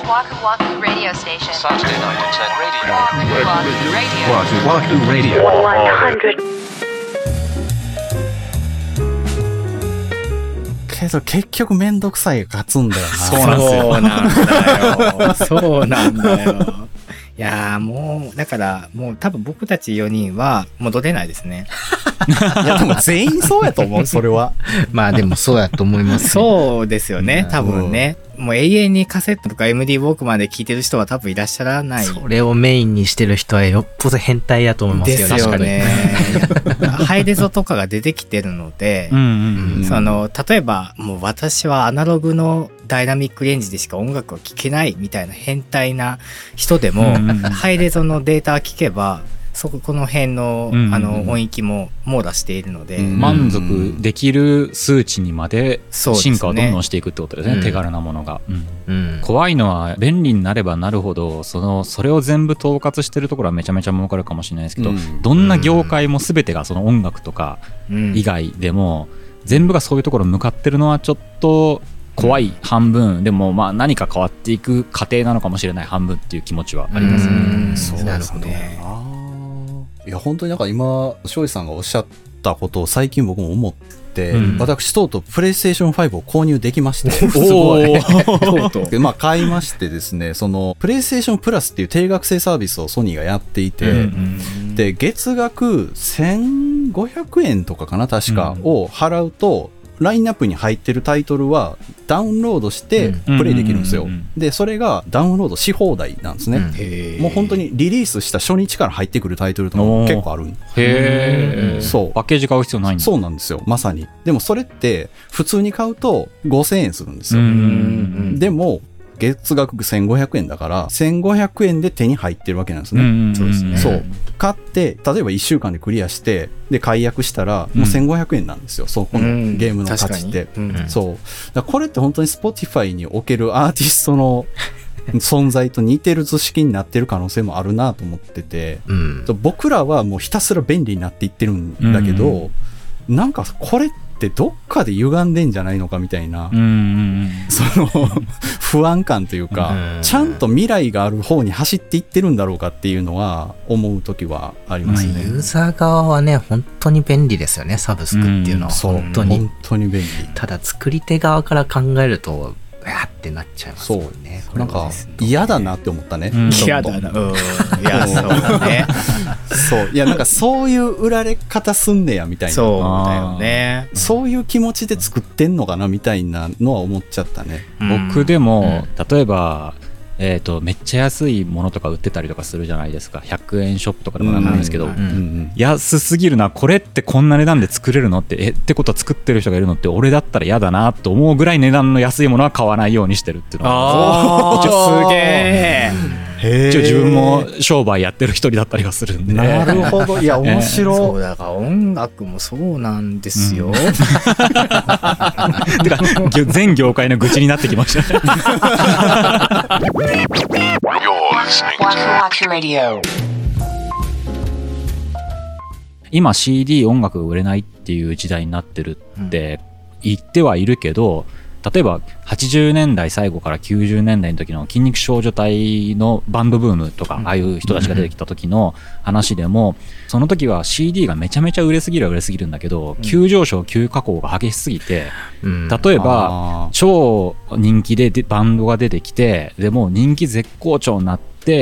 Waku Waku Radio Station. Saturday night at 10 radio. Waku Waku Radio. Waku Waku Radio. けど結局めんどくさいが勝つんだよな。 そうなんだよ。そうなんだよ。いやーもう、だから、もう多分僕たち4人は戻れないですね。 いやでも全員そうやと思う、それは。 まあでもそうやと思います。 そうですよね、多分ね。もう永遠にカセットとか MD ウォークマンで聴いてる人は多分いらっしゃらない。 それをメインにしてる人はよっぽど変態やと思いますよ。 ですよね。ハイレゾとかが出てきてるので、例えばもう私はアナログのダイナミックレンジでしか音楽を聴けないみたいな変態な人でも、ハイレゾのデータ聴けばこの辺の、音域も網羅しているので、 満足できる数値にまで進化をどんどんしていくってことですね、手軽なものが、怖いのは便利になればなるほどそれを全部統括してるところはめちゃめちゃ儲かるかもしれないですけど、どんな業界も全てがその音楽とか以外でも、全部がそういうところ向かってるのはちょっと怖い半分でも、まあ何か変わっていく過程なのかもしれない半分っていう気持ちはありますね。 そうですね。いや本当になんか今庄司さんがおっしゃったことを最近僕も思って、私とうとうプレイステーション5を購入できましてすごいまあ買いましてですね、そのプレイステーションプラスっていう定額制サービスをソニーがやっていて、で月額1500円とかかな確か、を払うとラインナップに入ってるタイトルはダウンロードしてプレイできるんですよ。でそれがダウンロードし放題なんですね。もう本当にリリースした初日から入ってくるタイトルとかも結構ある。そうパッケージ買う必要ないんだ。 そうなんですよ、まさに。でもそれって普通に買うと5000円するんですよ。でも月額1500円だから1500円で手に入ってるわけなんですね。 そうですね。 そう買って例えば1週間でクリアしてで解約したらもう1500円なんですよ、そこのゲームの価値って。そうだからこれって本当に Spotify におけるアーティストの存在と似てる図式になってる可能性もあるなと思ってて、僕らはもうひたすら便利になっていってるんだけど、なんかこれってどっかで歪んでんじゃないのかみたいな、その不安感というか、ちゃんと未来がある方に走っていってるんだろうかっていうのは思う時はありますね。 ユーザー側はね本当に便利ですよね、サブスクっていうのは。本当に便利。 ただ作り手側から考えるとってなっちゃいますもんね。 そうなんか嫌だなって思ったね。 嫌だな。いやそうだね。 そういやなんかそういう売られ方すんねやみたいな。 そうだよね。 そういう気持ちで作ってんのかなみたいなのは思っちゃったね。 僕でも例えばめっちゃ安いものとか売ってたりとかするじゃないですか。100円ショップとかでもなんですけど、安すぎるな、これってこんな値段で作れるのってってことは作ってる人がいるのって俺だったら嫌だなと思うぐらい値段の安いものは買わないようにしてるっていうのはすげえ。 一応自分も商売やってる一人だったりはするんで。 なるほど。いや面白い。 そうだから音楽もそうなんですよ。 てか全業界の愚痴になってきました。今 CD 音楽が売れないっていう時代になってるって言ってはいるけど、例えば80年代最後から90年代の時の筋肉少女隊のバンドブームとか、ああいう人たちが出てきた時の話でも、その時は CD がめちゃめちゃ売れすぎるんだけど、急上昇急下降が激しすぎて、例えば超人気でバンドが出てきて、でもう人気絶好調になって、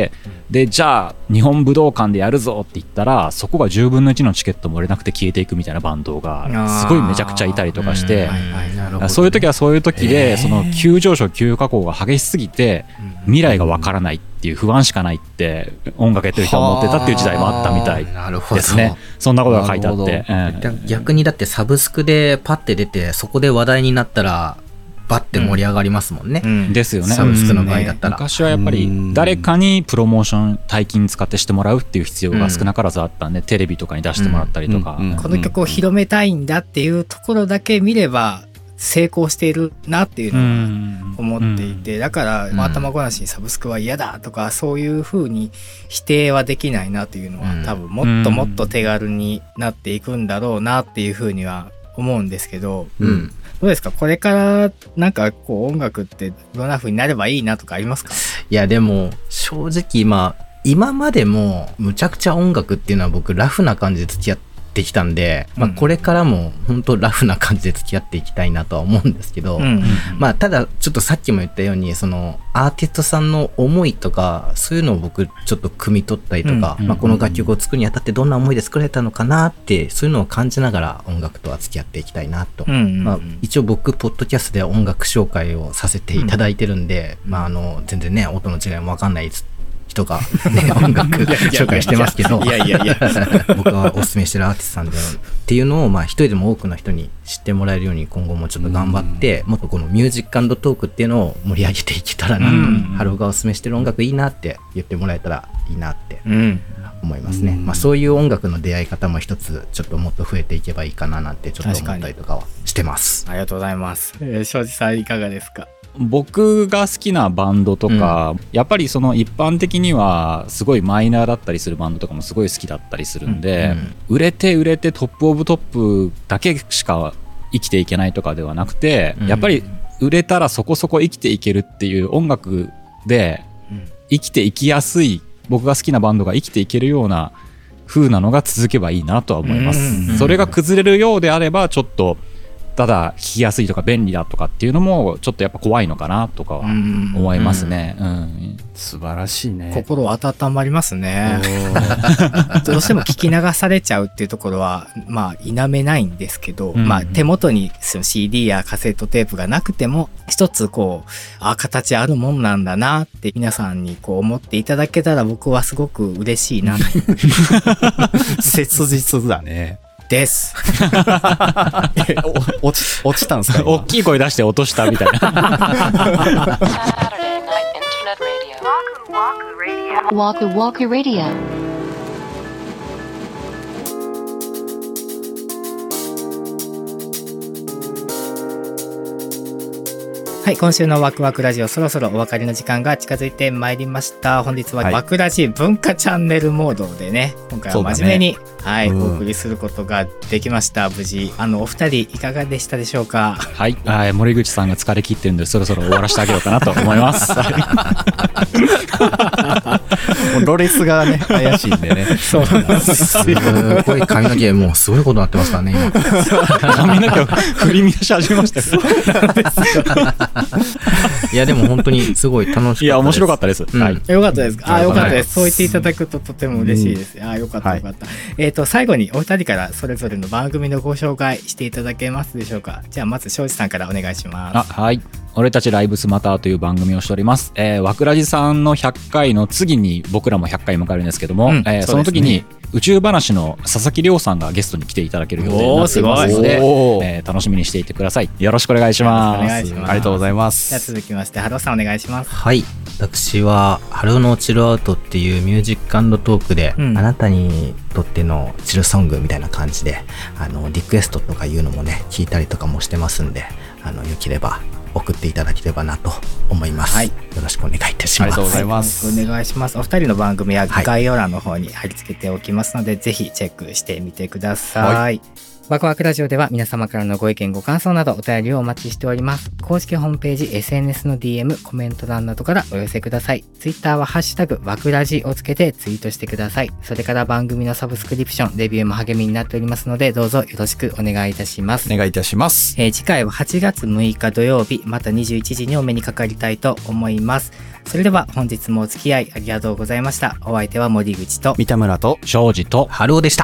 でじゃあ日本武道館でやるぞって言ったら、そこが10分の1のチケットも売れなくて消えていくみたいなバンドがすごいめちゃくちゃいたりとかして、そういう時はそういう時で、その急上昇急下降が激しすぎて未来がわからないっていう不安しかないって音楽やってる人は思ってたっていう時代もあったみたいですね。そんなことが書いてあって、 逆にだってサブスクでパッて出てそこで話題になったらバッて盛り上がりますもんね。 ですよね。 サブスクの場合だったら、 昔はやっぱり誰かにプロモーション大金使ってしてもらうっていう必要が少なからずあったんで、テレビとかに出してもらったりとか、 この曲を広めたいんだっていうところだけ見れば成功しているなっていうのは思っていて、だから頭ごなしにサブスクは嫌だとかそういう風に否定はできないなというのは、多分もっともっと手軽になっていくんだろうなっていう風には思うんですけど、どうですかこれからなんかこう音楽ってどんな風になればいいなとかありますか？ いやでも正直今までもむちゃくちゃ音楽っていうのは僕ラフな感じで付き合ってきたんで、これからも本当ラフな感じで付き合っていきたいなとは思うんですけど、ただちょっとさっきも言ったようにそのアーティストさんの思いとかそういうのを僕ちょっと汲み取ったりとか、この楽曲を作るにあたってどんな思いで作られたのかなってそういうのを感じながら音楽とは付き合っていきたいなと、一応僕ポッドキャストで音楽紹介をさせていただいてるんで、全然ね音の違いも分かんない人が、ね、音楽紹介してますけど僕はおすすめしてるアーティストさんでっていうのを一人でも多くの人に知ってもらえるように今後もちょっと頑張ってもっとこのミュージック&トークっていうのを盛り上げていけたらなと、ハローがおすすめしてる音楽いいなって言ってもらえたらいいなって思いますね、そういう音楽の出会い方も一つちょっともっと増えていけばいいかななんてちょっと思ったりとかはしてます。 ありがとうございます。庄司さんいかがですか？ 僕が好きなバンドとか、やっぱりその一般的にはすごいマイナーだったりするバンドとかもすごい好きだったりするんで、売れてトップオブトップだけしか生きていけないとかではなくて、やっぱり売れたらそこそこ生きていけるっていう音楽で生きていきやすい、僕が好きなバンドが生きていけるような風なのが続けばいいなとは思います。それが崩れるようであればちょっとただ聞きやすいとか便利だとかっていうのもちょっとやっぱ怖いのかなとかは思いますね。 素晴らしいね。 心温まりますね。どうしても聞き流されちゃうっていうところは否めないんですけど、手元にその CD やカセットテープがなくても一つこう形あるもんなんだなって皆さんにこう思っていただけたら僕はすごく嬉しいな。 切実だね。 です。 落ちたんですか？ 大きい声出して落としたみたいな。 Waku Waku Radio. はい、今週のワクワクラジオそろそろお別れの時間が近づいてまいりました。本日はワクラジ文化チャンネルモードでね、今回は真面目に、お送りすることができました。無事お二人いかがでしたでしょうか？ はい、森口さんが疲れ切ってるんでそろそろ終わらせてあげようかなと思います。 ロレスがね怪しいんでね。 そうなんです。 すごい髪の毛もうすごいことになってますからね今。 髪の毛を振り乱し始めましたよ。 いやでも本当にすごい楽しかったです。 いや面白かったです。 よかったですか？よかったです。そう言っていただくととても嬉しいです。よかったよかった。最後にお二人からそれぞれの番組のご紹介していただけますでしょうか？じゃあまず庄司さんからお願いします。 はい。俺たちライブスマターという番組をしております。ワクラジさんの100回の次に僕らも100回迎えるんですけども、その時に宇宙話の佐々木亮さんがゲストに来ていただける予定になっていますので、楽しみにしていてください。よろしくお願いします。 お願いします。 ありがとうございます。 じゃあ続きましてハローさんお願いします。 はい、私はハローのチルアウトっていうミュージック&トークで、あなたにとってのチルソングみたいな感じでリクエストとかいうのもね聞いたりとかもしてますんで、よければ送っていただければなと思います。よろしくお願いいたします。 ありがとうございます。 お願いします。お二人の番組は概要欄の方に貼り付けておきますので、ぜひチェックしてみてください。ワクワクラジオでは皆様からのご意見ご感想などお便りをお待ちしております。公式ホームページ SNS の DM コメント欄などからお寄せください。ツイッターはハッシュタグワクラジをつけてツイートしてください。それから番組のサブスクリプションレビューも励みになっておりますので、どうぞよろしくお願いいたします。 お願いいたします。 次回は8月6日土曜日また21時にお目にかかりたいと思います。それでは本日もお付き合いありがとうございました。お相手は森口と三田村と庄司と春尾でした。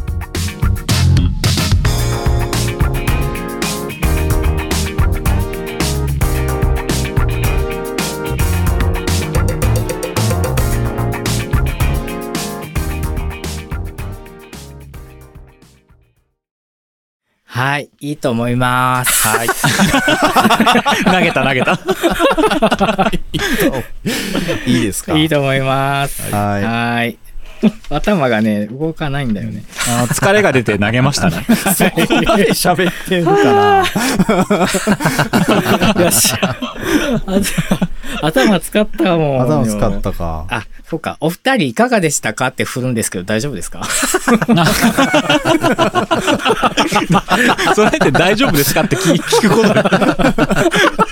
はい、いいと思います。 はい。投げた。 いいですか？ いいと思います。 はい。 頭がね、動かないんだよね。 疲れが出て投げましたね。 そこまで喋ってるかな。 よし。頭使ったもん。 頭使ったか。 あ、そうか。お二人いかがでしたかって振るんですけど大丈夫ですか？ それって大丈夫ですかって聞くこと